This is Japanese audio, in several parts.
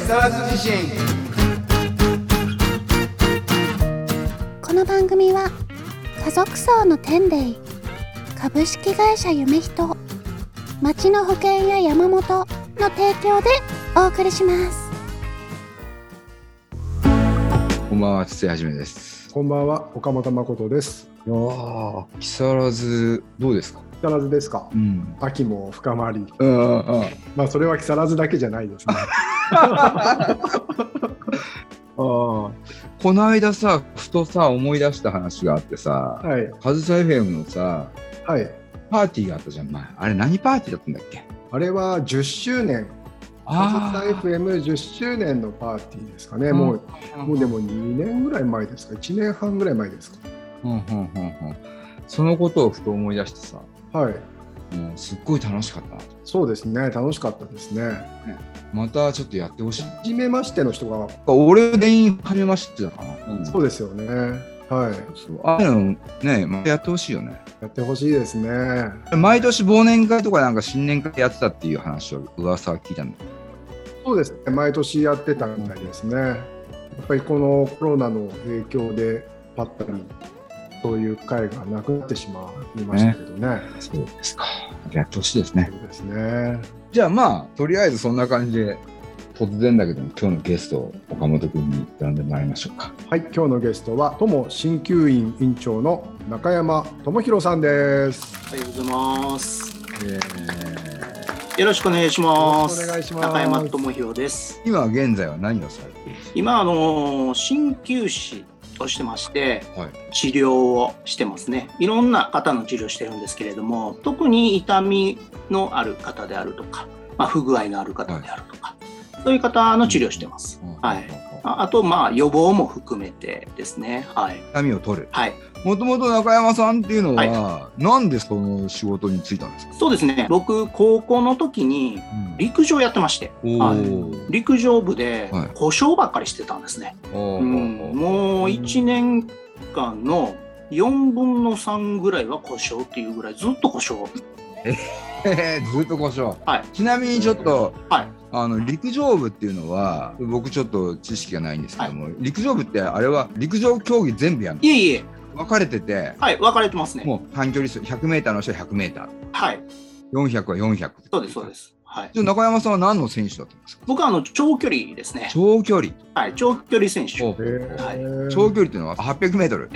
更津地震。 この番組は家族層の天霊株式会社夢人町の保険や山本の提供でお送りします。 こんばんは、筒井はじめです。 こんばんは、岡本誠です。 いやー、木更津どうですか？ 木更津ですか、秋も深まり、まあそれは木更津だけじゃないですね。 この間さ、ふとさ思い出した話があってさ、カズサ FM のさ、パーティーがあったじゃん。あれ何パーティーだったんだっけ？ あれは10周年、カズサ FM10 周年のパーティーですかね。もうでも2年ぐらい前ですか、1年半ぐらい前ですか。 そのことをふと思い出してさ、もうすっごい楽しかったなと。 そうですね、楽しかったですね。 またちょっとやってほしい。 初めましての人が俺全員初めましてだから、 そうですよね。ああのね、またやってほしいよね。 やってほしいですね。 毎年忘年会とかなんか新年会やってたっていう話を噂は聞いたんだ。 そうですね、毎年やってたみたいですね。やっぱりこのコロナの影響でパッタリそういう会がなくなってしまいましたけどね。 そうですか。やってほしいですね。 そうですね。 じゃあまあとりあえずそんな感じで突然だけども今日のゲストを岡本君に呼んでまいりましょうか。 はい、今日のゲストは友鍼灸院院長の中山智博さんです。 おはようございます。よろしくお願いします。中山智博です。 今現在は何をされているんですか？ 今鍼灸師をしてまして、治療をしてますね。いろんな方の治療をしてるんですけれども、特に痛みのある方であるとか、不具合のある方であるとか、そういう方の治療をしてます。あと予防も含めてですね。 痛みを取る。もともと中山さんっていうのは、なんでその仕事に就いたんですか？そうですね、 僕高校の時に陸上やってまして、陸上部で故障ばっかりしてたんですね。もう1年間の4分の3ぐらいは故障っていうぐらいずっと故障。 ずっと故障。ちなみにちょっと、陸上部っていうのは僕ちょっと知識がないんですけども、陸上部ってあれは陸上競技全部やるの？ いえ分かれてて、 分かれてますね。 もう短距離走 100m の人は 100m、400は400。 そうですそうです。 じゃあ中山さんは何の選手だったんですか？ 僕は長距離ですね。 長距離。 長距離選手。 長距離っていうのは 800m。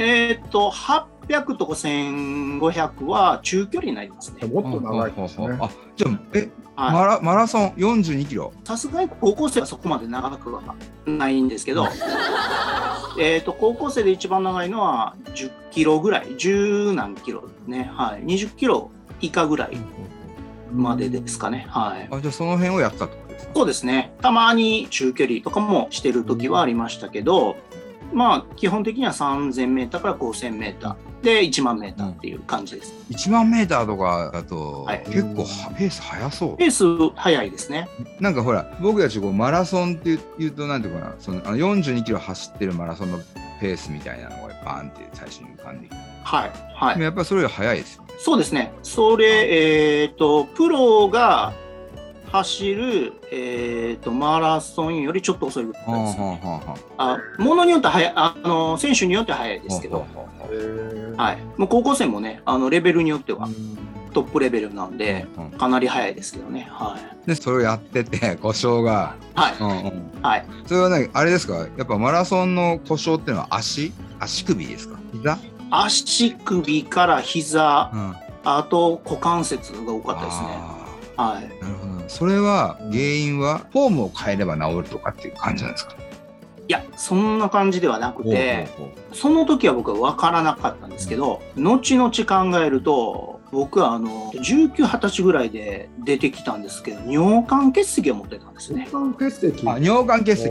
800とか1500は中距離になりますね。 もっと長いですね。 じゃあマラソン42キロ。 さすがに高校生はそこまで長くはないんですけど、高校生で一番長いのは10キロぐらい、10何キロね。20キロ以下ぐらいまでですかね。 じゃあその辺をやったってことですか？ そうですね。たまに中距離とかもしてる時はありましたけど、基本的には 3000m から 5000m で 10000m っていう感じです。 10000m とかだと、結構ペース速そう。 ペース速いですね。 なんかほら僕たちマラソンっていうとなんていうかな、その42キロ走ってるマラソンのペースみたいなのがバーンって最初に浮かんできて、やっぱりそれより速いですよね。そうですね。 それプロが走る、マラソンよりちょっと遅いぐらいですね。ものによっては選手によっては速いですけど、もう高校生もねレベルによってはトップレベルなんで、かなり速いですけどね。 でそれをやってて故障が、それはねあれですか？やっぱマラソンの故障っていうのは足首ですか？膝？ 足首から膝、あと股関節が多かったですね。 なるほど。それは原因はフォームを変えれば治るとかっていう感じなんですか？ いや、そんな感じではなくて、その時は僕は分からなかったんですけど、後々考えると僕は19、20歳ぐらいで出てきたんですけど、尿管結石を持ってたんですね。 尿管結石。 尿管結石。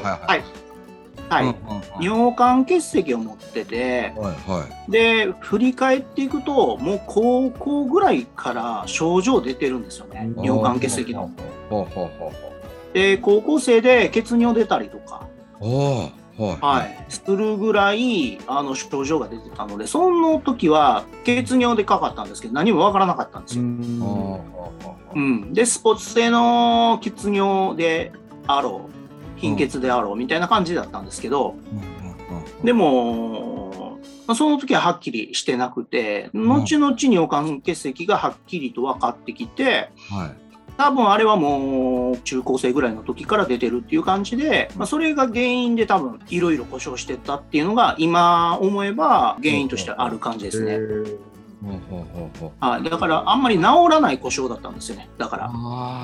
尿管結石を持ってて、で振り返っていくともう高校ぐらいから症状出てるんですよね、尿管結石の。で高校生で血尿出たりとかするぐらい症状が出てたので、その時は血尿でかかったんですけど何もわからなかったんですよ。でスポーツ性の血尿であろう貧血であろうみたいな感じだったんですけど、でもその時ははっきりしてなくて、後々尿管結石がはっきりと分かってきて、多分あれはもう中高生ぐらいの時から出てるっていう感じで、それが原因で多分いろいろ故障してったっていうのが今思えば原因としてある感じですね。だからあんまり治らない故障だったんですよね。だから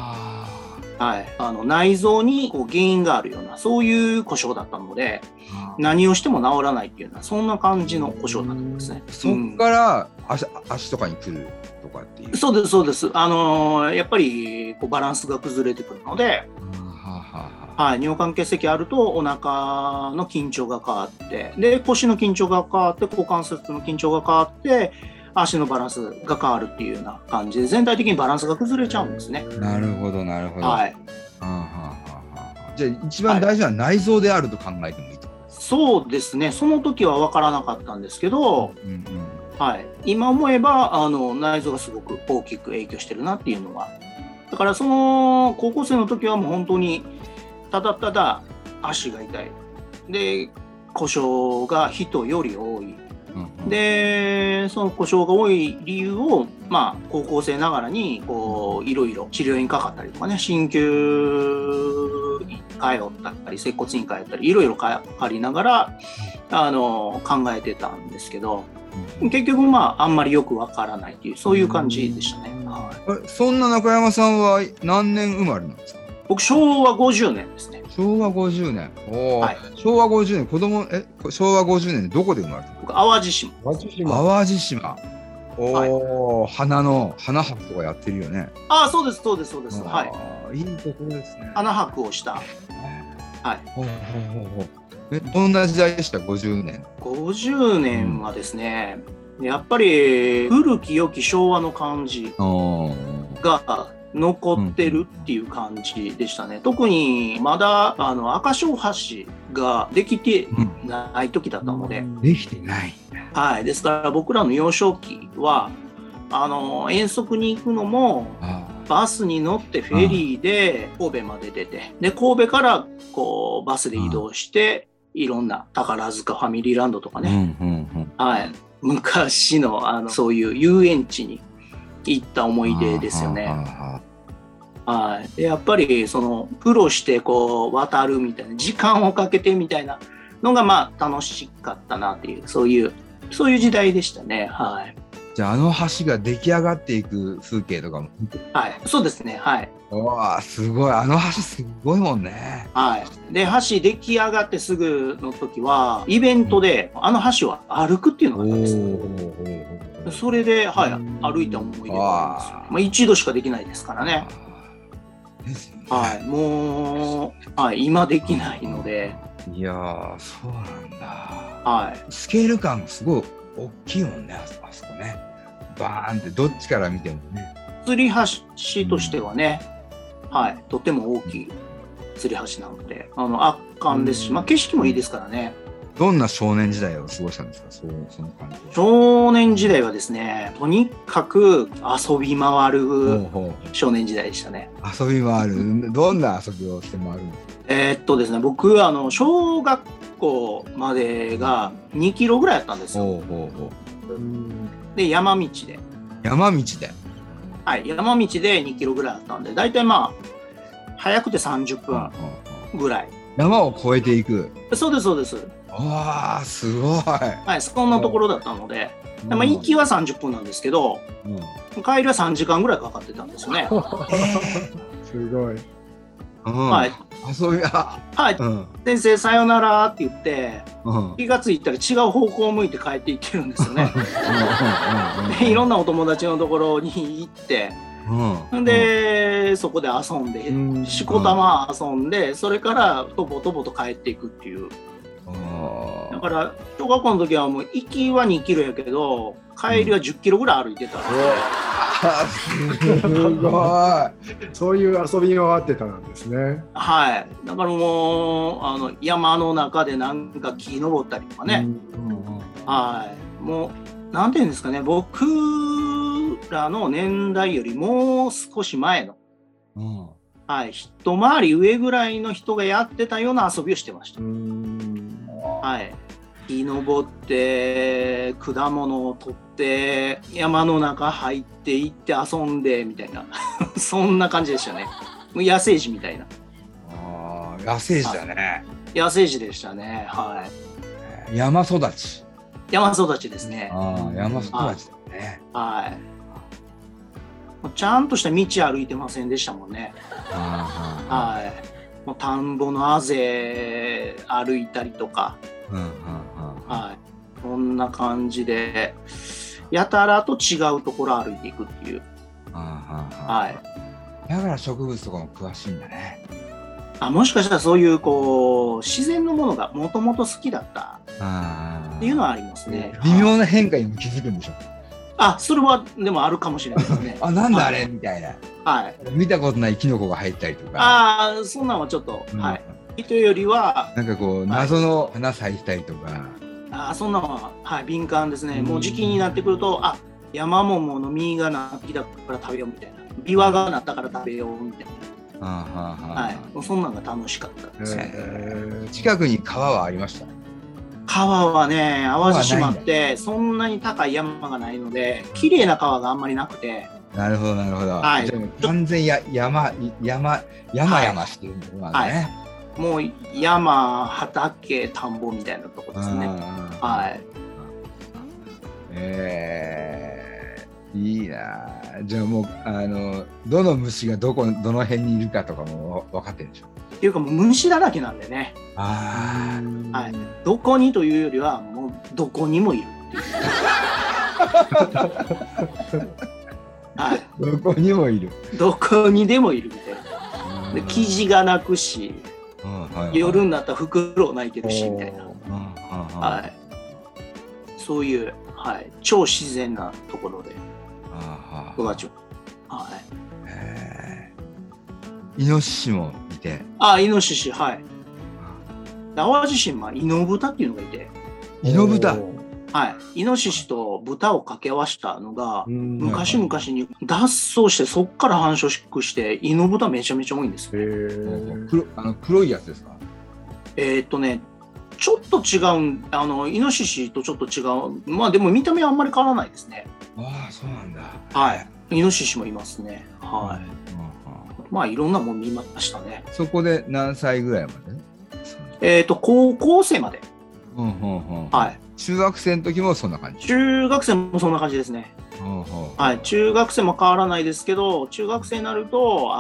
内臓にこう原因があるようなそういう故障だったので、何をしても治らないっていうようなそんな感じの故障だったんですね。 そっから足とかに来るとかっていう。 そうですそうです。やっぱりこうバランスが崩れてくるので、尿管結石あるとお腹の緊張が変わって、で腰の緊張が変わって股関節の緊張が変わって足のバランスが変わるっていうような感じで全体的にバランスが崩れちゃうんですね。 なるほどなるほど。じゃあ一番大事な内臓であると考えてもいいと。 そうですね。その時は分からなかったんですけど、今思えば内臓がすごく大きく影響してるなっていうのは、だからその高校生の時はもう本当にただただ足が痛いで故障が人より多い、でその故障が多い理由を高校生ながらにこういろいろ治療院かかったりとかね、鍼灸に通ったり接骨院通ったりいろいろかかりながら考えてたんですけど、結局あんまりよくわからないっていうそういう感じでしたね。 そんな中山さんは何年生まれなんですか？ 僕昭和50年ですね。 昭和50年。昭和50年昭和50年でどこで生まれたの？ 僕淡路島。 淡路島。花博とかやってるよね。 そうですそうですそうです。 いいところですね。 花博をした。 どんな時代でした？50年。 50年はですね、やっぱり古き良き昭和の感じが残ってるっていう感じでしたね。特にまだ赤潮橋ができてない時だったので。 できてない。 ですから僕らの幼少期は遠足に行くのもバスに乗ってフェリーで神戸まで出て、で神戸からこうバスで移動していろんな宝塚ファミリーランドとかね、昔のそういう遊園地に行った思い出ですよね。でやっぱりその苦労してこう渡るみたいな時間をかけてみたいなのが楽しかったなっていうそういう時代でしたね。 じゃあ橋が出来上がっていく風景とかも。 そうですね。 すごい橋すごいもんね。 で橋出来上がってすぐの時はイベントで橋を歩くっていうのがあったんです。それで歩いた思い出があるんですよ。一度しかできないですからね。もう今できないので。 いやーそうなんだ。スケール感がすごい大きいもんね、あそこね。バーンってどっちから見てもね。 吊り橋としてはね、とっても大きい吊り橋なので圧巻ですし、景色もいいですからね。 どんな少年時代を過ごしたんですか？その感じ。 少年時代はですね、とにかく遊び回る少年時代でしたね。 遊び回る。どんな遊びをして回るんですか？ ですね、僕小学校までが2キロぐらいあったんですよ。で山道で山道で2キロぐらいあったんで、だいたい早くて30分ぐらい山を越えていく。 そうですそうです。 すごい。 そんなところだったので、行きは30分なんですけど、帰りは3時間ぐらいかかってたんですよね。 すごい。 遊び先生さよならって言って、気がついたら違う方向を向いて帰っていってるんですよね。いろんなお友達のところに行って、でそこで遊んでしこたま遊んで、それからとぼとぼと帰っていくっていう。だから小学校の時はもう行きは2キロやけど帰りは10キロぐらい歩いてたんすごい。 そういう遊び回ってたんですね。 だからもう山の中でなんか木登ったりとかね、もうなんていうんですかね、僕らの年代よりもう少し前の、 はい、一回り上ぐらいの人がやってたような遊びをしてました。はい、木登って果物を取って山の中入っていって遊んでみたいなそんな感じでしたね。もう野生児みたいな。 野生児だね。 野生児でしたね。はい。 山育ち。 山育ちですね。 山育ちだね。 はい。ちゃんとした道歩いてませんでしたもんね。はい。もう田んぼのあぜ歩いたりとか。はい。こんな感じでやたらと違うところ歩いていくっていう。はい。 だから植物とかも詳しいんだね。 もしかしたらそういう自然のものがもともと好きだったっていうのはありますね。 微妙な変化にも気づくんでしょ。 それはでもあるかもしれないですね。 なんだあれみたいな。はい。見たことないキノコが入ったりとか。そんなんはちょっと、はい。人よりはなんか謎の花咲いたりとか。 そんなんは、はい、敏感ですね。もう時期になってくると、山桃の実がなってきたから食べようみたいな。ビワがなったから食べようみたいな。はい。そんなんが楽しかったですね。 近くに川はありました？ 川はね、淡路島ってそんなに高い山がないので、綺麗な川があんまりなくて。 なるほどなるほど。はい。じゃあ完全山してるんだね。はい。 もう山、畑、田んぼみたいなとこですね。はい。 いいな。じゃあもうどの虫がどの辺にいるかとかも分かってるんでしょ。 っていうかもう虫だらけなんでね。はい。どこにというよりはもうどこにもいるっていう。はい。 どこにもいる。 どこにでもいるみたいな。で生地が鳴くし、夜になったらフクロウ鳴いてるしみたいな。はい。そういう超自然なところで。 イノシシもいて。 イノシシ、はい。淡路島イノブタっていうのがいて。 イノブタ。 はい。イノシシと豚を掛け合わせたのが昔々に脱走してそっから繁殖してイノブタめちゃめちゃ多いんですよ。 黒いやつですか？ ちょっと違うイノシシとちょっと違う。でも見た目はあんまり変わらないですね。 そうなんだ。 はい。イノシシもいますね。はい。いろんなもん見ましたね。 そこで何歳ぐらいまで？高校生まで。はい。 中学生の時もそんな感じ？ 中学生もそんな感じですね。はい。中学生も変わらないですけど、中学生になると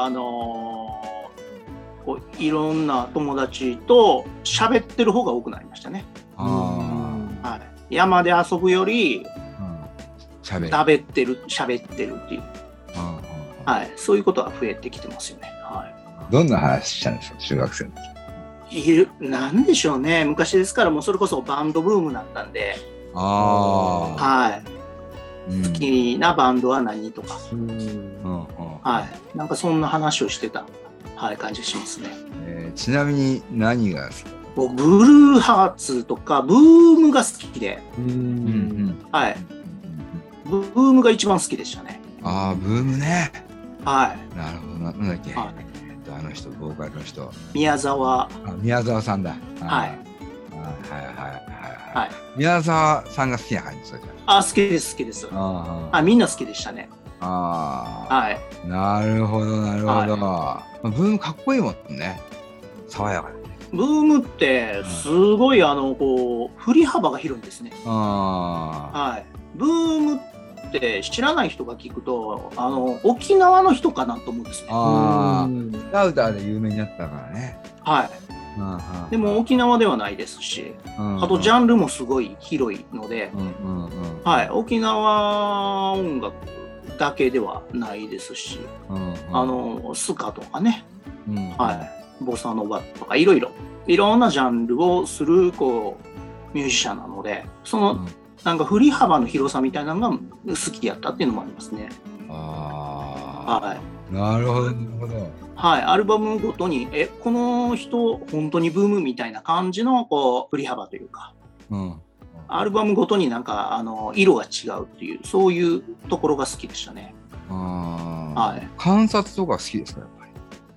いろんな友達と喋ってる方が多くなりましたね。はい。山で遊ぶより喋ってるっていう。はい。そういうことが増えてきてますよね。はい。 どんな話したんですか、中学生の時？ なんでしょうね。昔ですからもうそれこそバンドブームだったんで。はい。好きなバンドは何とか。はい。なんかそんな話をしてた、感じがしますね。 ちなみに何が好き？ 僕ブルーハーツとかブームが好きで。はい。ブームが一番好きでしたね。 ブームね。 はい。 なるほど。なんだっけ。あの人、ボーカルの人。 宮沢さんだ。はい。宮沢さんが好きな感じですか？ 好きです、好きです。みんな好きでしたね。はい。 なるほど、なるほど。ブームかっこいいもんね。爽やかで。 ブームってすごい振り幅が広いんですね。はい。ブームって知らない人が聞くと沖縄の人かなと思うんですね。 スカウターで有名になったからね。 はい。でも沖縄ではないですし、あとジャンルもすごい広いので、はい。沖縄音楽だけではないですし、スカとかね、はい。ボサノバとかいろんなジャンルをするミュージシャンなので、そのなんか振り幅の広さみたいなのが好きやったっていうのもありますね。はい。 なるほど、なるほど。 はい。アルバムごとにこの人本当にブームみたいな感じの振り幅というか、アルバムごとになんか色が違うっていうそういうところが好きでしたね。はい。 観察とか好きですか？やっぱり。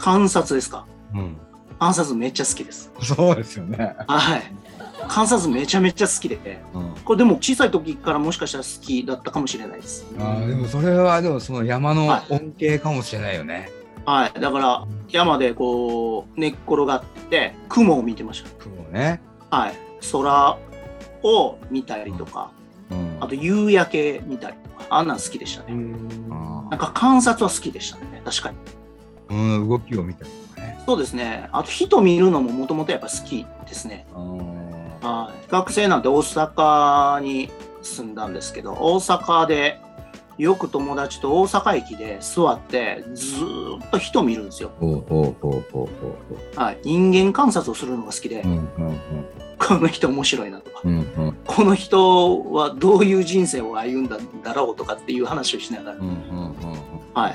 観察ですか。 うん。 観察めっちゃ好きです。 そうですよね。 はい。観察めちゃめちゃ好きで、これでも小さい時からもしかしたら好きだったかもしれないです。 でもそれはでもその山の恩恵かもしれないよね。 はい。だから山でこう寝っ転がって雲を見てました。 雲ね。 はい。空を見たりとか、あと夕焼け見たりとか、あんなん好きでしたね。なんか観察は好きでしたね。確かに。 動きを見たりとかね。 そうですね。あと人見るのももともとやっぱ好きですね。学生なんて大阪に住んだんですけど、大阪でよく友達と大阪駅で座ってずっと人見るんですよ。はい、人間観察をするのが好きで、この人面白いなとか、この人はどういう人生を歩んだんだろうとかっていう話をしながら、はい、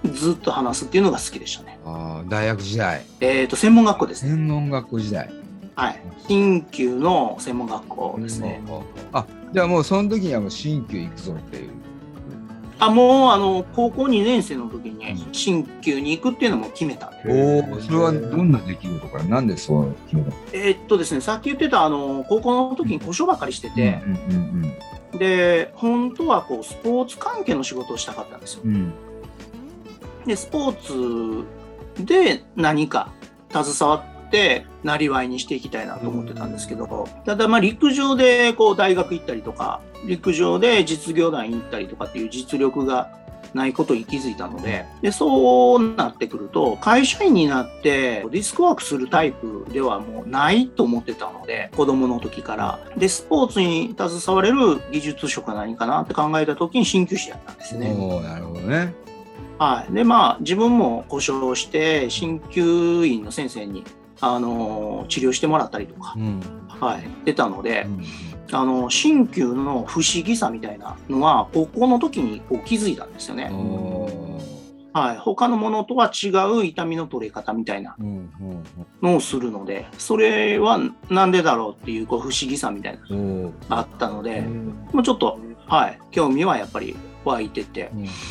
ずっと話すっていうのが好きでしたね。 大学時代。 専門学校ですね。 専門学校時代。 はい、新旧の専門学校ですね。 じゃあもうその時にはもう新旧行くぞっていう。 もう高校2年生の時に新旧に行くっていうのも決めたんで。 それはどんな出来事からなんでそう決めた？ ですね、さっき言ってた高校の時に故障ばかりしてて、で本当はこうスポーツ関係の仕事をしたかったんですよ。でスポーツで何か携わってなりわいにしていきたいなと思ってたんですけど、ただ陸上でこう大学行ったりとか陸上で実業団に行ったりとかっていう実力がないことに気づいたので、そうなってくると会社員になってディスクワークするタイプではもうないと思ってたので、子供の時からでスポーツに携われる技術職は何かなって考えた時に鍼灸師やったんですね。 なるほどね。 はい。で自分も故障して鍼灸院の先生に治療してもらったりとか、はい、出たので、鍼灸の不思議さみたいなのは高校の時にこう気づいたんですよね。はい、他のものとは違う痛みの取れ方みたいなのをするので、それはなんでだろうっていう、こう不思議さみたいなのがあったので、もうちょっと、はい、興味はやっぱり湧いてて、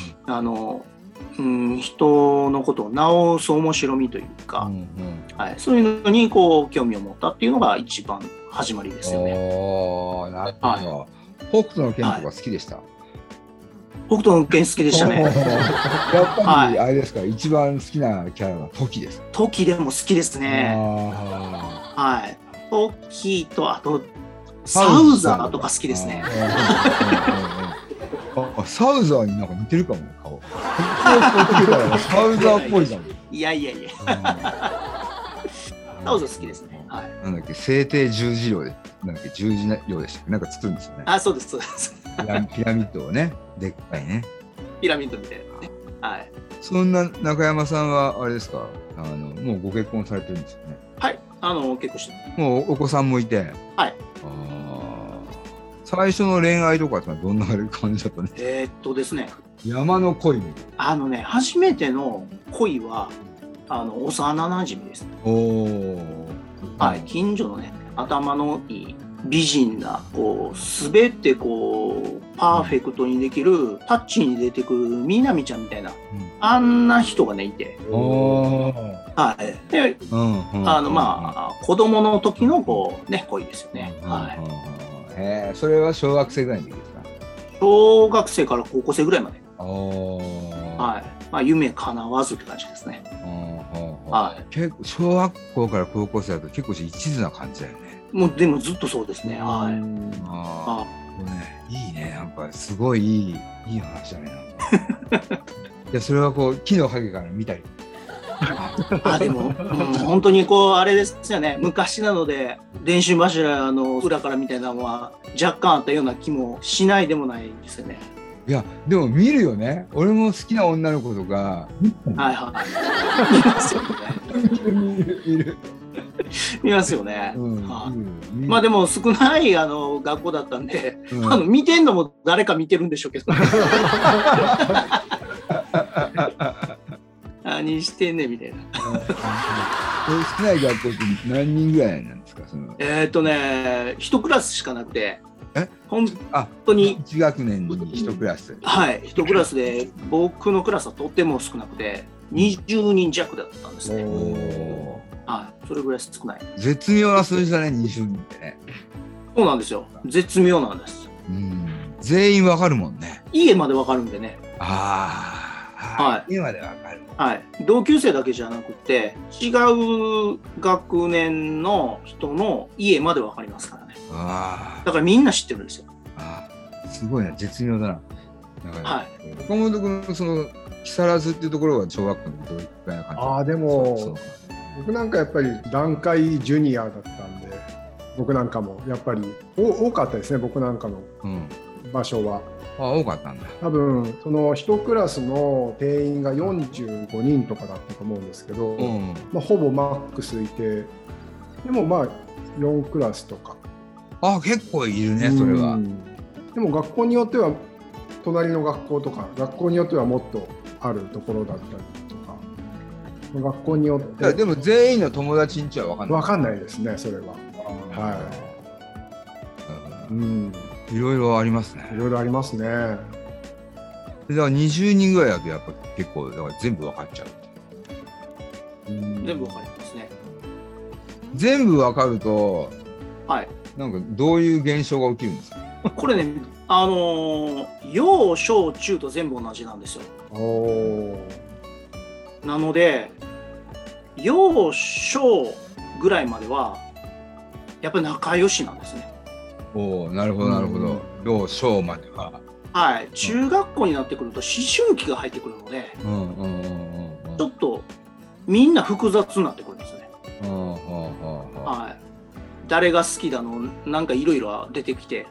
人のことを治す面白みというか、はい、そういうのにこう興味を持ったっていうのが一番始まりですよね。 なるほど。北斗の拳とか好きでした？ 北斗の拳好きでしたね。やっぱりあれですか、一番好きなキャラはトキです。 トキでも好きですね。はい。トキとあとサウザーとか好きですね。 サウザーになんか似てるかも、顔。サウザーっぽいじゃん。 いや。サウザー好きですね。はい。 なんだっけ、聖帝十字寮で、なんだっけ、十字寮でしたっけ、なんか作るんですよね。 そうです、そうです。 ピラミッドをね、でっかいね。 ピラミッドみたいなね。はい。 そんな中山さんはあれですか、もうご結婚されてるんですよね。 はい、結婚して。 もうお子さんもいて。 はい。 最初の恋愛とかってどんな感じだったんですか？ ですね。 山の恋。 初めての恋は幼なじみですね。はい、近所のね、頭のいい美人なこう全てこうパーフェクトにできるタッチに出てくるみなみちゃんみたいな、あんな人がねいて、はい。で、子供の時のこうね恋ですよね。はい。 それは小学生ぐらいの時ですか？ 小学生から高校生ぐらいまで。はい。夢叶わずって感じですね。はい。 結構小学校から高校生だと結構一途な感じだよね。 もうでもずっとそうですね。はい。 いいね。なんかすごいいい話だね。いや、それはこう木の陰から見たり。 でも、本当にこうあれですよね、昔なので電信柱の裏からみたいなのは若干あったような気もしないでもないですよね。 いやでも見るよね。俺も好きな女の子とか見ますよね。見ますよね。でも少ない学校だったんで、見てんのも誰か見てるんでしょうけど、何してんねんみたいな。 少ない学校って何人ぐらいなんですか？ 1クラスしかなくて、 本当に1学年に1クラス。 はい、1クラスで僕のクラスはとっても少なくて、 20人弱だったんですね。はい、それぐらい少ない。 絶妙な数字だね、20人ってね。 そうなんですよ。絶妙なんです。 全員わかるもんね。 家までわかるんでね。 はい。家までわかる。 はい。同級生だけじゃなくて、違う学年の人の家までわかりますからね。だからみんな知ってるんですよ。 すごいな、絶妙だな。はい。岡本君のその木更津っていうところは小学校のどういうくらいな感じ？ でも僕なんかやっぱり団塊ジュニアだったんで、僕なんかもやっぱり多かったですね、僕なんかの場所は。 多かったんだ。 多分その1クラスの定員が45人とかだったと思うんですけど、ほぼマックスいて、でもまあ4クラスとか。 結構いるね、それは。 でも学校によっては隣の学校とか、学校によってはもっとあるところだったりとか、学校によって。 でも全員の友達んちは分かんない。 分かんないですね、それは。はい。 いろいろありますね。 いろいろありますね。だから20人ぐらいだとやっぱ結構だから全部分かっちゃう。 全部分かりますね。 全部分かると、なんかどういう現象が起きるんですか？ これね、幼小中と全部同じなんですよ。なので幼小ぐらいまではやっぱり仲良しなんですね。 なるほどなるほど。幼小までは。 はい。中学校になってくると思春期が入ってくるので、ちょっとみんな複雑になってくるんですね。はい。誰が好きだのなんかいろいろ出てきて、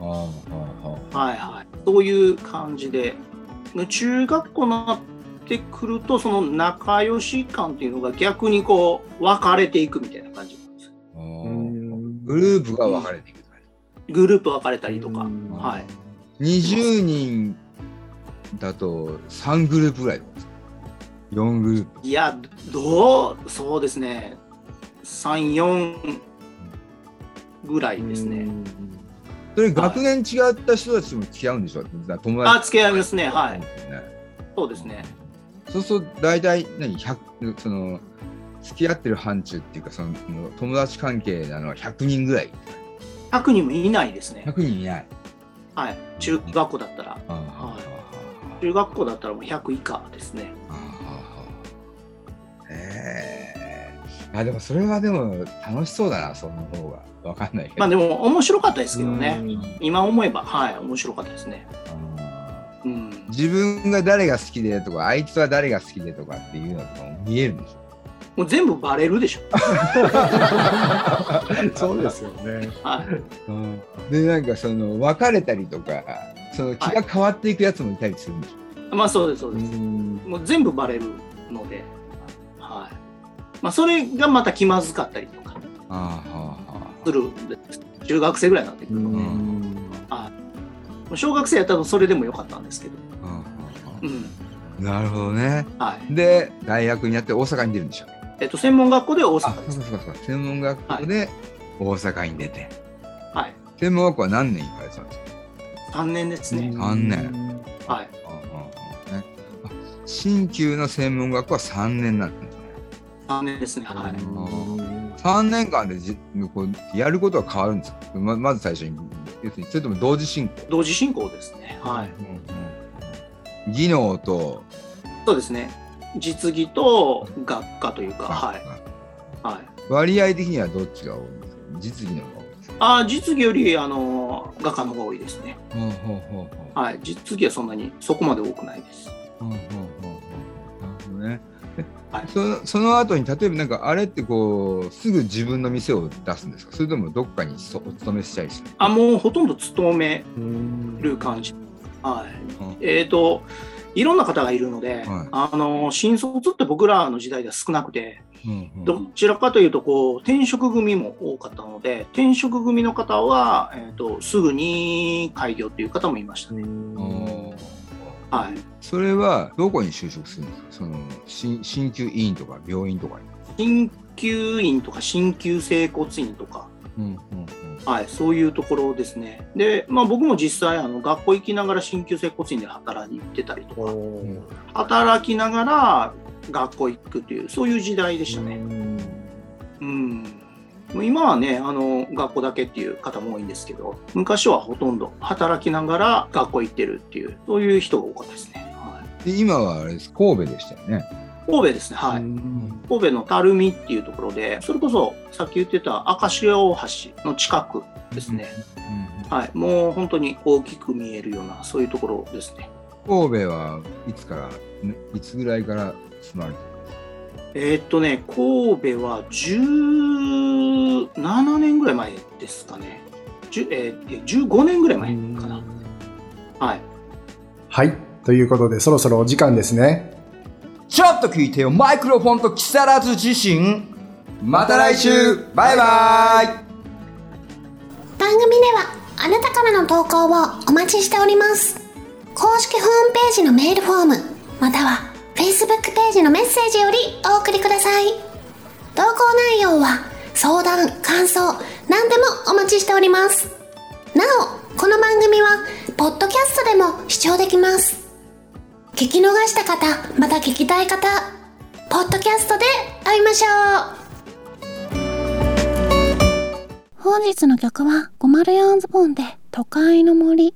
そういう感じで、中学校になってくるとその仲良し感っていうのが逆にこう分かれていくみたいな感じなんです。 グループが分かれていく。 グループ分かれたりとか、 20人だと3グループぐらいですか？4グループ。 いや、そうですね、3、4ぐらいですね。 それ学年違った人たちも付き合うんでしょ？友達。 付き合いますね。はい。そうですね。 そうすると大体その付き合ってる範疇っていうか、その友達関係なのは100人ぐらい。 100人もいないですね。 100人いない。 はい。中学校だったら。中学校だったらもう100以下ですね。 でもそれはでも楽しそうだな、その方が。わかんないけど。 でも面白かったですけどね。今思えば、面白かったですね。 自分が誰が好きでとか、あいつは誰が好きでとかっていうのとかも見えるんでしょ？ もう全部バレるでしょ。 そうですよね。 で、なんかその別れたりとか、その気が変わっていくやつもいたりするんでしょ？ そうですそうです。もう全部バレるので、それがまた気まずかったりとかするんです。中学生ぐらいになってくるので、小学生やったらそれでもよかったんですけど。 なるほどね。で、大学になって大阪に出るんでしょ？ 専門学校で大阪です。 専門学校で大阪に出て。専門学校は何年行かれてたんですか？3 年ですね。 3年。新旧の専門学校は3年なんですね。 3年ですね。 3年間でやることは変わるんですか？まず最初に、それとも同時進行？ 同時進行ですね。 技能と。 そうですね。実技と学科というか、 割合的にはどっちが多いんですか？実技の方が多いですか？ 実技より学科の方が多いですね。実技はそこまで多くないです。 なるほどね。その後に例えばなんかあれってこうすぐ自分の店を出すんですか？それともどっかにお勤めしたりする？ もうほとんど勤める感じ。いろんな方がいるので、新卒って僕らの時代では少なくて、どちらかというと転職組も多かったので、転職組の方は、すぐに開業という方もいましたね。 それはどこに就職するんですか？その鍼灸医院とか病院とかに。鍼灸院とか鍼灸整骨院とか、そういうところですね。で、僕も実際学校行きながら鍼灸整骨院で働いてたりとか、働きながら学校行くというそういう時代でしたね。今はね学校だけっていう方も多いんですけど、昔はほとんど働きながら学校行ってるっていうそういう人が多かったですね。 で今はあれです神戸でしたよね。 神戸ですね。はい。神戸の垂水っていうところで、それこそさっき言ってた明石大橋の近くですね。はい。もう本当に大きく見えるようなそういうところですね。 神戸はいつぐらいから住まれてるんですか？ 神戸は17年ぐらい前ですかね。15年ぐらい前かな。はい。 はい。ということで、そろそろお時間ですね。 ちょっと聞いてよ、マイクロフォンと木更津自身。また来週、バイバイ。 番組ではあなたからの投稿をお待ちしております。公式ホームページのメールフォーム、または Facebook ページのメッセージよりお送りください。投稿内容は相談、感想、何でもお待ちしております。なお、この番組はポッドキャストでも視聴できます。聞き逃した方、また聞きたい方、ポッドキャストで会いましょう。本日の曲は504ズボンで都会の森。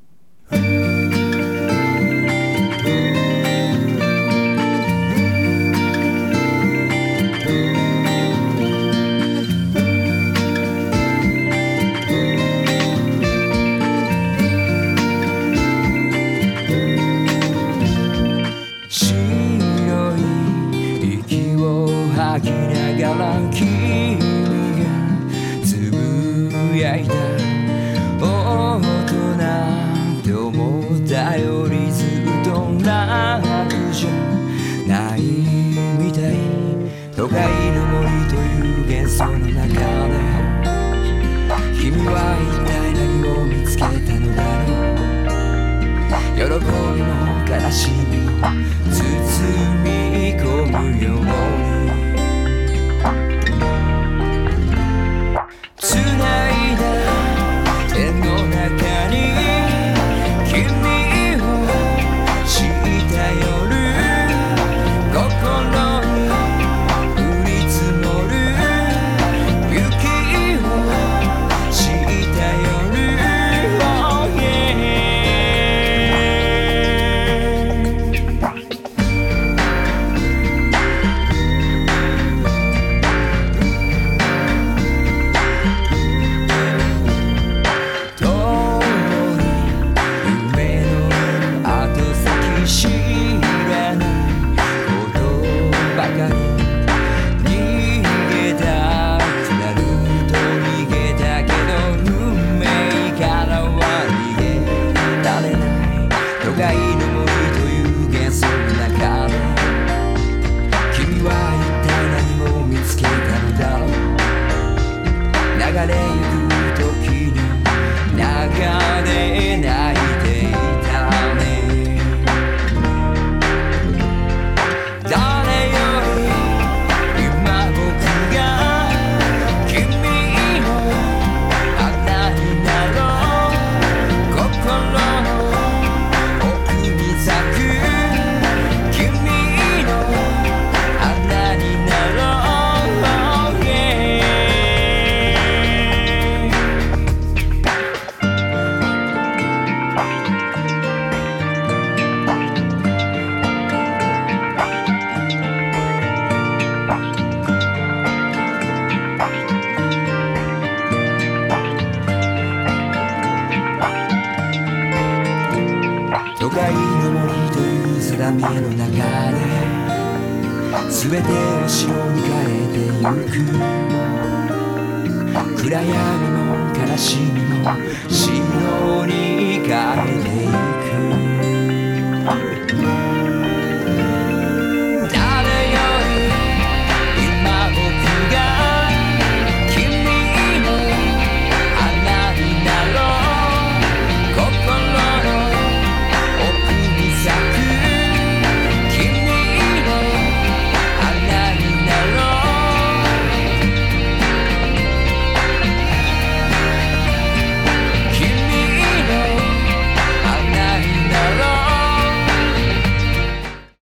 吐きながら君がつぶやいた大人って思ったよりずっと楽じゃないみたい。都会の森という幻想の中で君は一体何を見つけたのだろう。喜びも悲しみも包み込むように繋いだ手の中に君を知った夜、心に降り積もる雪を知った夜、oh yeah。都会の森という定めの中で全てを白に変えてゆく。暗闇も悲しみも白に変えてゆく。